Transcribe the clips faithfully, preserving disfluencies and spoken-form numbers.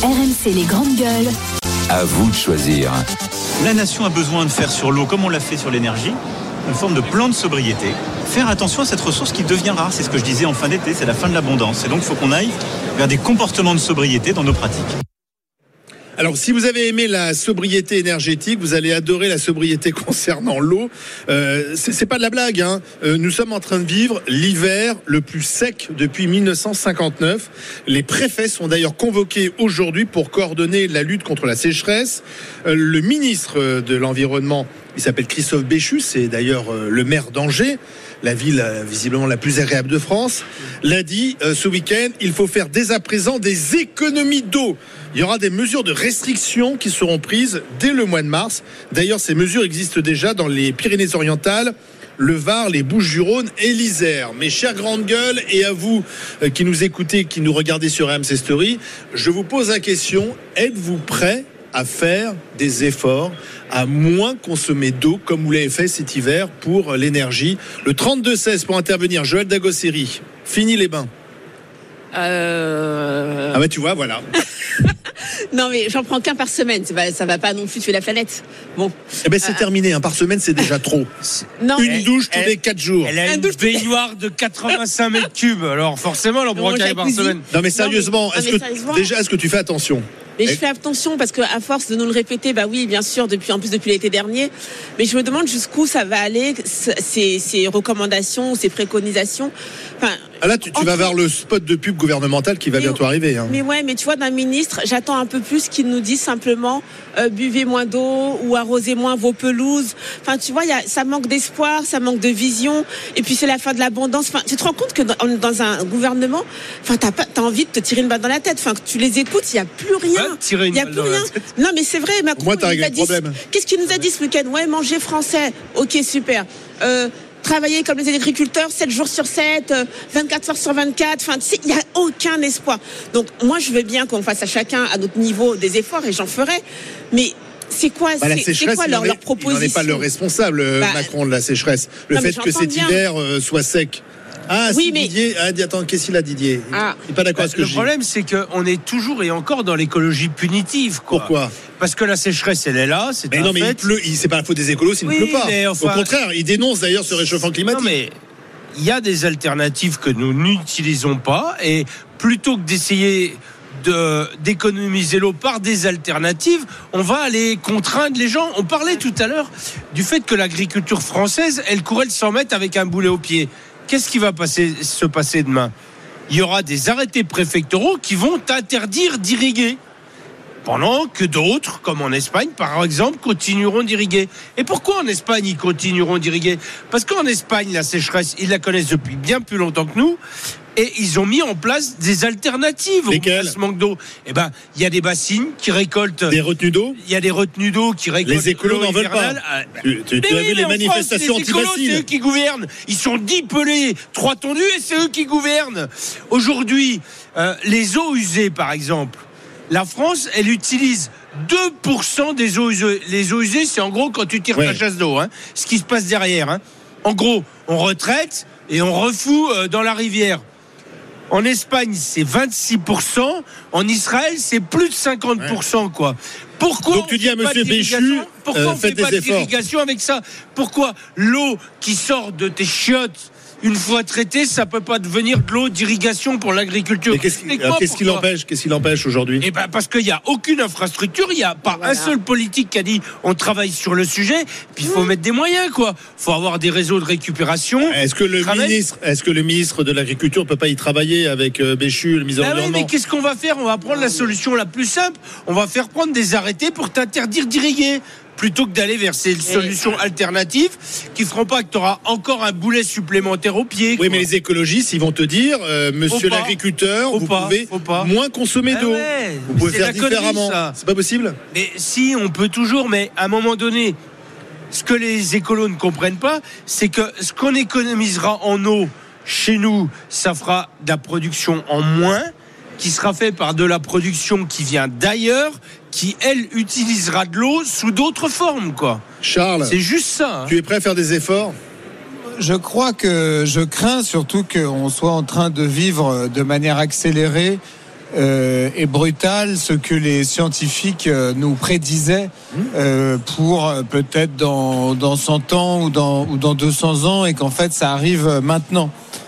R M C les grandes gueules. À vous de choisir. La nation a besoin de faire sur l'eau, comme on l'a fait sur l'énergie, une forme de plan de sobriété. Faire attention à cette ressource qui devient rare. C'est ce que je disais en fin d'été, c'est la fin de l'abondance. Et donc il faut qu'on aille vers des comportements de sobriété dans nos pratiques. Alors, si vous avez aimé la sobriété énergétique, vous allez adorer la sobriété concernant l'eau. Euh, c'est, c'est pas de la blague, hein. Euh, nous sommes en train de vivre l'hiver le plus sec depuis mille neuf cent cinquante-neuf. Les préfets sont d'ailleurs convoqués aujourd'hui pour coordonner la lutte contre la sécheresse. Euh, le ministre de l'Environnement, il s'appelle Christophe Béchu, c'est d'ailleurs euh, le maire d'Angers, la ville euh, visiblement la plus agréable de France, l'a dit euh, ce week-end, il faut faire dès à présent des économies d'eau. Il y aura des mesures de restriction qui seront prises dès le mois de mars. D'ailleurs, ces mesures existent déjà dans les Pyrénées-Orientales, le Var, les Bouches-du-Rhône et l'Isère. Mes chères grandes gueules, et à vous euh, qui nous écoutez, qui nous regardez sur R M C Story, je vous pose la question, êtes-vous prêts à faire des efforts, à moins consommer d'eau comme vous l'avez fait cet hiver pour l'énergie? Le trente-deux seize pour intervenir, Joël Dagosseri. Fini les bains. Euh... Ah bah tu vois, voilà. Non mais j'en prends qu'un par semaine, ça va, ça va pas non plus tuer la planète. Bon. Eh ben c'est euh... terminé, hein. Par semaine c'est déjà trop. Non, une elle, douche tous elle, les quatre jours. Elle a une baignoire de quatre-vingt-cinq mètres cubes, alors forcément elle en prend qu'un par semaine. Non mais sérieusement, non, mais, est-ce non, mais que sérieusement... déjà est-ce que tu fais attention? Mais je fais attention parce qu'à force de nous le répéter, bah oui, bien sûr, depuis en plus depuis l'été dernier. Mais je me demande jusqu'où ça va aller, ces, ces recommandations, ces préconisations. Enfin, ah là, tu, tu vas vers le spot de pub gouvernemental qui va mais, bientôt arriver. Hein. Mais ouais, mais tu vois, d'un ministre, j'attends un peu plus qu'il nous dise simplement euh, buvez moins d'eau ou arrosez moins vos pelouses. Enfin, tu vois, y a, ça manque d'espoir, ça manque de vision. Et puis c'est la fin de l'abondance. Enfin, tu te rends compte que dans, dans un gouvernement, enfin, t'as pas, t'as envie de te tirer une balle dans la tête. Enfin, que tu les écoutes, il y a plus rien. Il n'y a plus rien. Non, mais c'est vrai, Macron. Moi, t'as réglé le problème. Qu'est-ce qu'il nous a dit ce week-end? Ouais, manger français. Ok, super. Euh, travailler comme les agriculteurs, sept jours sur sept, vingt-quatre heures sur vingt-quatre. Enfin, tu sais, il n'y a aucun espoir. Donc, moi, je veux bien qu'on fasse à chacun, à notre niveau, des efforts, et j'en ferai. Mais c'est quoi, bah, c'est, c'est quoi leur, leur proposition? Il n'en est pas le responsable, bah, Macron, de la sécheresse. Le non, fait que cet bien. hiver euh, soit sec. Ah, oui, si mais... Didier. Ah, attends, qu'est-ce qu'il a, Didier? Ah. Il n'est pas d'accord avec ce que le je dis. Le problème, c'est qu'on est toujours et encore dans l'écologie punitive. Quoi. Pourquoi? Parce que la sécheresse, elle est là. C'est mais un non, mais fait. il pleut. C'est pas la faute des écolos s'il oui, ne pleut pas. Enfin... Au contraire, il dénonce d'ailleurs ce réchauffement climatique. Non, mais il y a des alternatives que nous n'utilisons pas. Et plutôt que d'essayer de, d'économiser l'eau par des alternatives, on va aller contraindre les gens. On parlait tout à l'heure du fait que l'agriculture française, elle courait le cent mètres avec un boulet au pied. Qu'est-ce qui va passer, se passer demain? Il y aura des arrêtés préfectoraux qui vont interdire d'irriguer. Pendant que d'autres, comme en Espagne, par exemple, continueront d'irriguer. Et pourquoi en Espagne, ils continueront d'irriguer? Parce qu'en Espagne, la sécheresse, ils la connaissent depuis bien plus longtemps que nous. Et ils ont mis en place des alternatives Lesquelles? au ce manque d'eau. Eh ben, il y a des bassines qui récoltent. Des retenues d'eau? Il y a des retenues d'eau qui récoltent. Les écolos n'en veulent pas. Tu, tu, tu as vu les manifestations anti-bassines? C'est eux qui gouvernent. Ils sont dix pelés, trois tondus, et c'est eux qui gouvernent. Aujourd'hui, euh, les eaux usées, par exemple. La France, elle utilise deux pour cent des eaux usées. Les eaux usées, c'est en gros quand tu tires ouais. ta chasse d'eau. Hein, ce qui se passe derrière. Hein. En gros, on retraite et on refout euh, dans la rivière. En Espagne, c'est vingt-six pour cent. En Israël, c'est plus de cinquante pour cent, quoi. Pourquoi Donc tu dis à monsieur Béchu, pourquoi euh, on fait pas d'irrigation avec ça? Pourquoi l'eau qui sort de tes chiottes, une fois traitée, ça peut pas devenir de l'eau d'irrigation pour l'agriculture? Qu'est-ce, qui, alors, qu'est-ce qui l'empêche Qu'est-ce qui l'empêche aujourd'hui? Eh ben parce qu'il y a aucune infrastructure, il y a pas voilà. un seul politique qui a dit on travaille sur le sujet. Puis il faut mmh. mettre des moyens, quoi. Faut avoir des réseaux de récupération. Est-ce que le travail... ministre, est-ce que le ministre de l'Agriculture peut pas y travailler avec euh, Béchu, le ministre de l'Environnement? Mais qu'est-ce qu'on va faire? On va prendre la solution la plus simple. On va faire prendre des arrêtés pour t'interdire d'irriguer, plutôt que d'aller vers ces solutions alternatives qui feront pas que tu auras encore un boulet supplémentaire au pied. Oui, quoi. Mais les écologistes, ils vont te dire, euh, monsieur pas, l'agriculteur, vous pas, pouvez moins consommer d'eau. Ah ouais, vous pouvez faire différemment. Connerie, c'est pas possible? Mais si, on peut toujours, mais à un moment donné, ce que les écolos ne comprennent pas, c'est que ce qu'on économisera en eau chez nous, ça fera de la production en moins, qui sera fait par de la production qui vient d'ailleurs, qui, elle, utilisera de l'eau sous d'autres formes, quoi. Charles, c'est juste ça. Hein. Tu es prêt à faire des efforts? Je crois que je crains surtout qu'on soit en train de vivre de manière accélérée euh, est brutal, ce que les scientifiques euh, nous prédisaient euh, pour euh, peut-être dans, dans cent ans ou dans, ou dans deux cents ans, et qu'en fait ça arrive maintenant.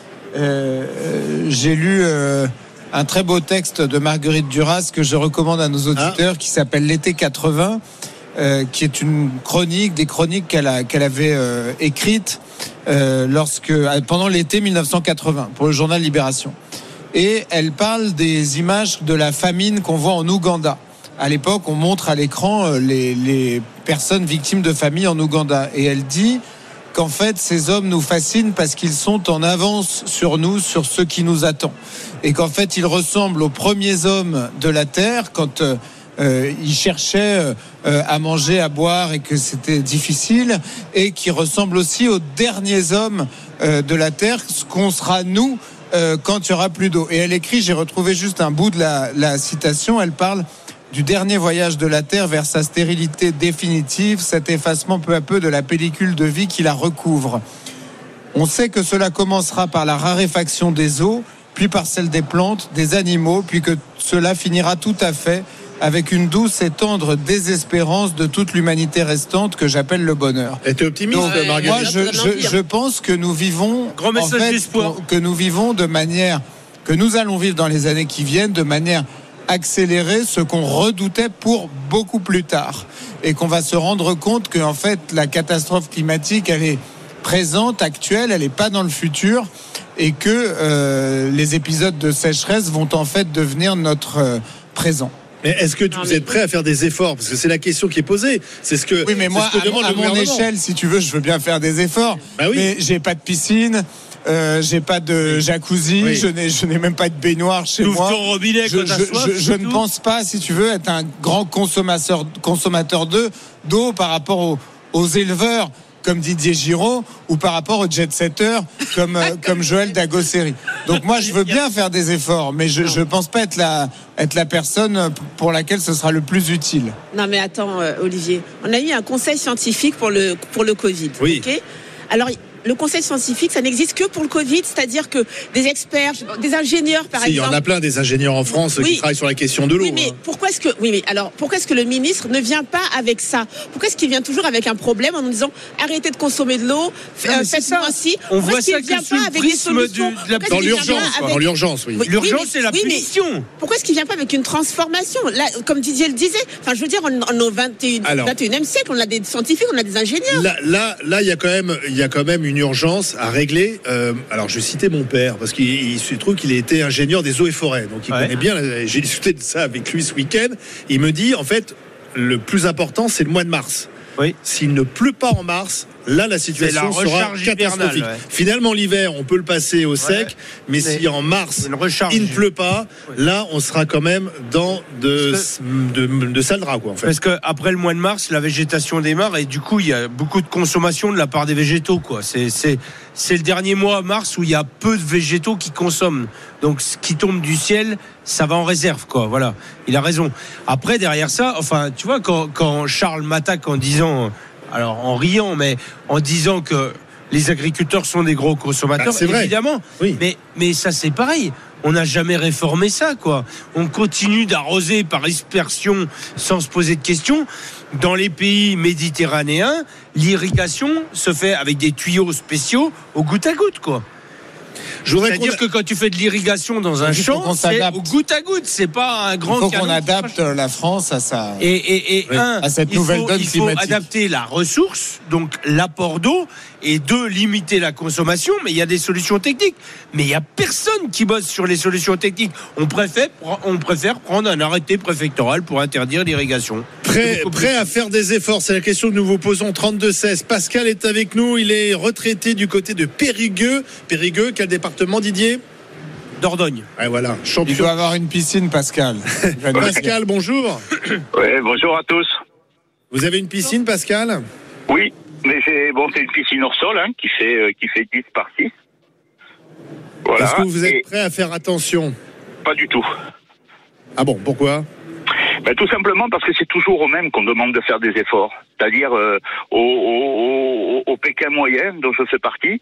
Euh, j'ai lu euh, un très beau texte de Marguerite Duras que je recommande à nos auditeurs, ah. qui s'appelle L'été quatre-vingts, euh, qui est une chronique, des chroniques qu'elle, a, qu'elle avait euh, écrites euh, lorsque, pendant l'été dix-neuf cent quatre-vingts pour le journal Libération. Et elle parle des images de la famine qu'on voit en Ouganda. À l'époque, on montre à l'écran les, les personnes victimes de famine en Ouganda. Et elle dit qu'en fait, ces hommes nous fascinent parce qu'ils sont en avance sur nous, sur ce qui nous attend. Et qu'en fait, ils ressemblent aux premiers hommes de la Terre quand euh, ils cherchaient euh, à manger, à boire et que c'était difficile. Et qui ressemblent aussi aux derniers hommes euh, de la Terre, ce qu'on sera nous, Euh, quand il y aura plus d'eau. Et elle écrit, j'ai retrouvé juste un bout de la, la citation, elle parle du dernier voyage de la Terre vers sa stérilité définitive, cet effacement peu à peu de la pellicule de vie qui la recouvre. On sait que cela commencera par la raréfaction des eaux, puis par celle des plantes, des animaux, puis que cela finira tout à fait avec une douce et tendre désespérance de toute l'humanité restante que j'appelle le bonheur. Et t'es optimiste, donc, ouais, Marguerite? Moi, je, je, je pense que nous vivons, grand message en fait, d'espoir, que nous vivons de manière, que nous allons vivre dans les années qui viennent de manière accélérée, ce qu'on redoutait pour beaucoup plus tard, et qu'on va se rendre compte que en fait la catastrophe climatique, elle est présente, actuelle, elle n'est pas dans le futur, et que euh, les épisodes de sécheresse vont en fait devenir notre euh, présent. Mais est-ce que non, vous mais... êtes prêt à faire des efforts? Parce que c'est la question qui est posée. C'est ce que. Oui, mais moi, ce que à, à mon échelle, si tu veux, je veux bien faire des efforts. Bah oui. Mais j'ai pas de piscine, euh, j'ai pas de jacuzzi, oui. je n'ai, je n'ai même pas de baignoire chez Ouvre moi. Ton robinet je, quand t'as je, soif, je, je ne pense pas, si tu veux, être un grand consommateur, consommateur de, d'eau par rapport aux, aux éleveurs, comme Didier Giraud, ou par rapport aux jet-setters comme, euh, comme Joël Dagosseri. Donc moi, je veux bien faire des efforts, mais je ne pense pas être la, être la personne pour laquelle ce sera le plus utile. Non mais attends, euh, Olivier, on a eu un conseil scientifique pour le, pour le Covid. Oui. Okay, alors, le conseil scientifique, ça n'existe que pour le Covid, c'est-à-dire que des experts, des ingénieurs, par si, exemple. Il y en a plein des ingénieurs en France oui. qui travaillent sur la question de l'eau. Oui, mais hein. pourquoi est-ce que, oui, mais alors, pourquoi est-ce que le ministre ne vient pas avec ça? Pourquoi est-ce qu'il vient toujours avec un problème en nous disant arrêtez de consommer de l'eau, euh, faites-moi ainsi? On voit ça que sous le prisme de la... dans l'urgence, avec... dans l'urgence, oui. oui l'urgence, oui, c'est la oui, punition. Pourquoi est-ce qu'il vient pas avec une transformation? Là, comme Didier le disait, enfin, je veux dire, en, en, au vingt et unième siècle, on a des scientifiques, on a des ingénieurs. Là, là, là, il y a quand même, il y a quand même une urgence à régler. Euh, alors, je citais mon père parce qu'il il se trouve qu'il était ingénieur des eaux et forêts, donc il ouais. connaît bien. J'ai discuté de ça avec lui ce week-end. Il me dit, en fait, le plus important, c'est le mois de mars. Oui. S'il ne pleut pas en mars, là la situation la sera catastrophique. Ouais. Finalement, l'hiver, on peut le passer au sec, ouais. mais c'est si en mars il ne pleut pas, ouais. là on sera quand même dans de, que, de, de, de sale drap, quoi, en fait. Parce qu'après le mois de mars, la végétation démarre et du coup il y a beaucoup de consommation de la part des végétaux, quoi. C'est, c'est, c'est le dernier mois mars où il y a peu de végétaux qui consomment. Donc ce qui tombe du ciel, ça va en réserve, quoi. Voilà, il a raison. Après derrière ça, enfin tu vois quand, quand Charles m'attaque en disant, alors en riant, mais en disant que les agriculteurs sont des gros consommateurs, bah, c'est vrai. Évidemment. Oui. Mais, mais ça c'est pareil. On n'a jamais réformé ça, quoi. On continue d'arroser par aspersion sans se poser de questions. Dans les pays méditerranéens, l'irrigation se fait avec des tuyaux spéciaux au goutte à goutte, quoi. C'est-à-dire que quand tu fais de l'irrigation dans un champ, c'est au goutte à goutte, c'est pas un grand. Il faut qu'on adapte la France à ça. Et, et, et oui. un, à cette il nouvelle faut, donne il faut climatique. adapter la ressource, donc l'apport d'eau, et deux, limiter la consommation. Mais il y a des solutions techniques. Mais il y a personne qui bosse sur les solutions techniques. On préfère, on préfère prendre un arrêté préfectoral pour interdire l'irrigation. Prêt, prêt à faire des efforts, c'est la question que nous vous posons. Trente-deux seize. Pascal est avec nous. Il est retraité du côté de Périgueux. Périgueux, quel département, Didier? Dordogne. Ouais, voilà, champion. Il doit avoir une piscine, Pascal. Pascal, bonjour. Oui, bonjour à tous. Vous avez une piscine, Pascal? Oui, mais c'est bon, c'est une piscine hors sol hein, qui fait euh, qui fait dix par six. Voilà. Est-ce que vous êtes Et prêt à faire attention? Pas du tout. Ah bon, pourquoi? Ben, tout simplement parce que c'est toujours aux mêmes qu'on demande de faire des efforts. C'est-à-dire euh, au, au, au, au Pékin moyen, dont je fais partie,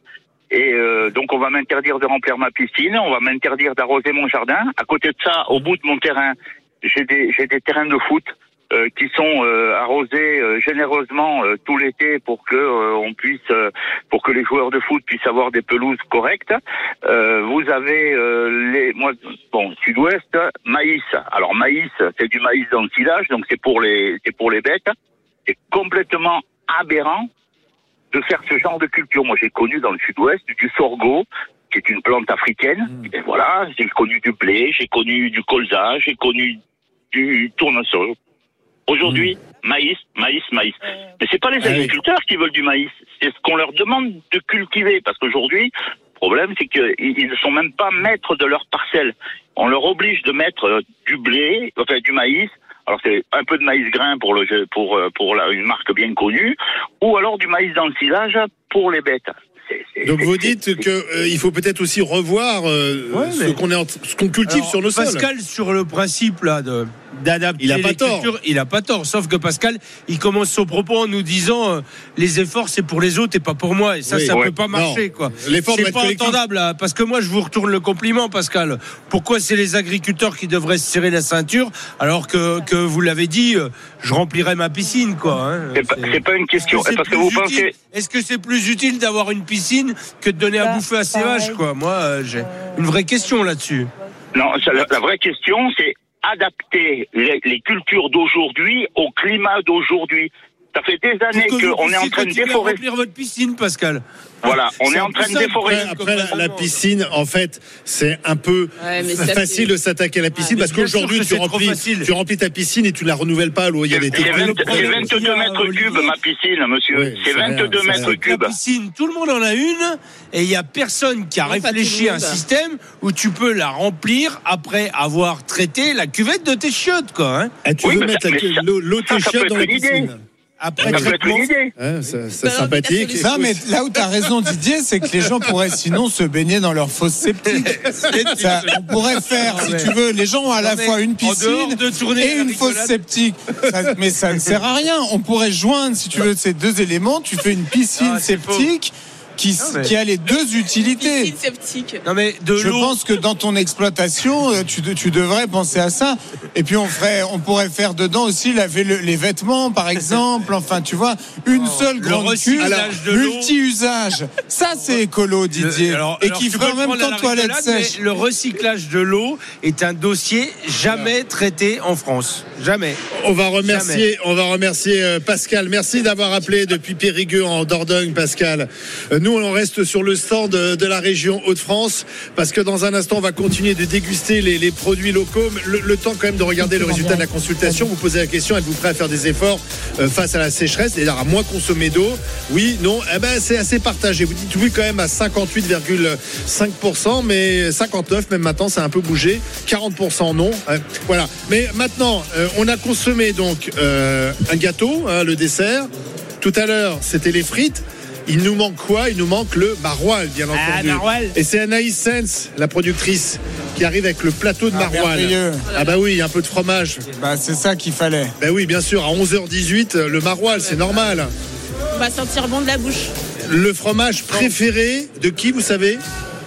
Et euh, donc on va m'interdire de remplir ma piscine, on va m'interdire d'arroser mon jardin. À côté de ça, au bout de mon terrain, j'ai des j'ai des terrains de foot euh, qui sont euh, arrosés euh, généreusement euh, tout l'été pour que euh, on puisse euh, pour que les joueurs de foot puissent avoir des pelouses correctes. Euh, vous avez euh, les moi bon Sud-Ouest maïs. Alors maïs, c'est du maïs d'ensilage, donc c'est pour les c'est pour les bêtes. C'est complètement aberrant de faire ce genre de culture. Moi, j'ai connu dans le Sud-Ouest du sorgho, qui est une plante africaine. Mmh. Et voilà, j'ai connu du blé, j'ai connu du colza, j'ai connu du tournesol. Aujourd'hui, mmh. maïs, maïs, maïs. Mais c'est pas les agriculteurs qui veulent du maïs, c'est ce qu'on leur demande de cultiver. Parce qu'aujourd'hui, le problème, c'est qu'ils ne sont même pas maîtres de leur parcelle. On leur oblige de mettre du blé, enfin du maïs. Alors c'est un peu de maïs grain pour le pour pour la, une marque bien connue, ou alors du maïs d'ensilage pour les bêtes. C'est, c'est, Donc c'est, vous dites qu'il euh, faut peut-être aussi revoir euh, ouais, ce qu'on est en, ce qu'on cultive alors, sur nos sols. Pascal, sur le principe là de d'adapter il a pas les tort. cultures, il a pas tort. Sauf que Pascal, il commence son propos en nous disant euh, les efforts c'est pour les autres et pas pour moi. Et ça, oui, ça ouais. peut pas marcher non. quoi. L'effort c'est pas collectif. entendable là, parce que moi je vous retourne le compliment, Pascal. Pourquoi c'est les agriculteurs qui devraient se serrer la ceinture alors que que vous l'avez dit, euh, je remplirai ma piscine quoi. Hein. C'est, pas, c'est pas une question. Est-ce que, parce que vous utile, pensez. Est-ce que c'est plus utile d'avoir une piscine que de donner à bouffer à ses vaches quoi? Moi, euh, j'ai une vraie question là-dessus. Non, la, la vraie question c'est adapter les, les cultures d'aujourd'hui au climat d'aujourd'hui. Ça fait des années qu'on est en train de déforester. Remplir votre piscine, Pascal. Voilà, on est, est en train de déforester. Après, après la, la piscine, en fait, c'est un peu ouais, facile de s'attaquer à la piscine, ouais, parce qu'aujourd'hui, tu remplis, tu remplis ta piscine et tu la renouvelles pas à l'eau. Il y a des c'est, vingt, c'est vingt-deux mètres cubes, ma piscine, monsieur. Oui, c'est, c'est vingt-deux rien, mètres cubes. La piscine, tout le monde en a une, et il y a personne qui a non, réfléchi à un système où tu peux la remplir après avoir traité la cuvette de tes chiottes, quoi. Hein. Ah, tu oui, veux mettre ça, la, l'eau, l'eau tes chiottes dans la piscine. Après, ça peut être une idée. Ouais, c'est, c'est sympathique. Non, mais là où tu as raison, Didier, c'est que les gens pourraient sinon se baigner dans leur fosse septique. Ça, on pourrait faire, si tu veux, les gens ont à la fois une piscine et une fosse septique. Ça, mais ça ne sert à rien. On pourrait joindre, si tu veux, ces deux éléments. Tu fais une piscine ah, septique. Qui, non, mais... qui a les deux utilités. Non mais de je l'eau... pense que dans ton exploitation, tu, tu devrais penser à ça. Et puis on ferait, on pourrait faire dedans aussi laver le, les vêtements, par exemple. Enfin, tu vois, une oh, seule grande cuve, multi-usage. Ça, c'est écolo, Didier. Le, alors, et alors, qui ferait en même temps toilette sèche. Le recyclage de l'eau est un dossier jamais alors. traité en France. Jamais. On va remercier, jamais. on va remercier Pascal. Merci d'avoir appelé depuis Périgueux en Dordogne, Pascal. Nous, on reste sur le stand de, de la région Hauts-de-France parce que dans un instant, on va continuer de déguster les, les produits locaux. Le, le temps quand même de regarder le résultat de la consultation. Vous posez la question, êtes-vous prêt à faire des efforts euh, face à la sécheresse, c'est-à-dire à moins consommer d'eau? Oui, non, eh ben, c'est assez partagé. Vous dites oui quand même à cinquante-huit virgule cinq pour cent, mais cinquante-neuf même maintenant, c'est un peu bougé. quarante pour cent non. Hein, voilà. Mais maintenant, euh, on a consommé donc euh, un gâteau, hein, le dessert. Tout à l'heure, c'était les frites. Il nous manque quoi? Il nous manque le maroilles, bien entendu. Ah, maroilles. Et c'est Anaïs Sens, la productrice, qui arrive avec le plateau de ah, maroilles. Ah bah oui, un peu de fromage. Bah c'est ça qu'il fallait. Bah oui, bien sûr, à onze heures dix-huit, le maroilles, c'est normal. On va sentir bon de la bouche. Le fromage préféré de qui, vous savez?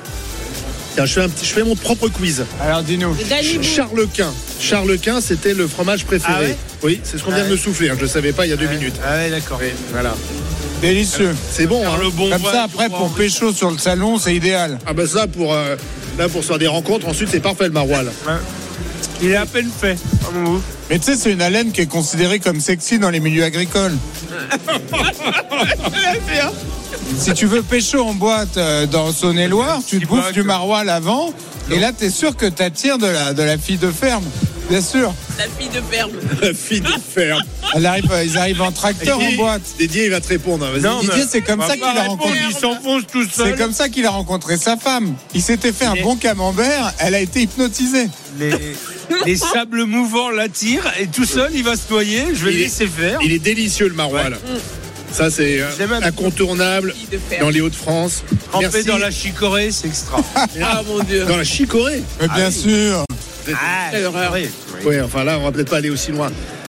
Tiens, je fais, un petit, je fais mon propre quiz. Alors dis-nous. Charles-Quint. Charles-Quin, c'était le fromage préféré. Ah ouais, oui, c'est ce qu'on ah vient ouais. de me souffler. Hein. Je ne le savais pas il y a deux ah ouais. minutes. Ah ouais, d'accord. Oui, voilà. Délicieux. C'est bon. Hein. Le bon Comme ça, après, pour pécho sur le salon, c'est idéal. Ah bah ça, pour, euh, là, pour se faire des rencontres, ensuite, c'est parfait le maroilles. Ouais. Il est à peine fait. Mais tu sais, c'est une haleine qui est considérée comme sexy dans les milieux agricoles. Si tu veux pécho en boîte euh, dans Saône-et-Loire, tu te bouffes du maroilles avant, non. Et là, t'es sûr que t'attires de la, de la fille de ferme. Bien sûr. La fille de ferme. La fille de ferme. Elle arrive, ils arrivent en tracteur, Didier, en boîte. Didier, il va te répondre. Vas-y. Non, Didier, c'est comme ça qu'il a rencontré. Il s'enfonce tout seul. C'est comme ça qu'il a rencontré sa femme. Il s'était fait un bon camembert. Elle a été hypnotisée. Les, les sables mouvants l'attirent et tout seul, il va se noyer. Je vais le laisser faire. Il est délicieux le maroilles. Ouais. Ça, c'est incontournable dans les Hauts-de-France. Trempé dans la chicorée, c'est extra. Ah mon Dieu. Dans la chicorée? Mais bien ah, sûr. Ah, quelle horreur. Oui, enfin là, on va peut-être pas aller aussi loin.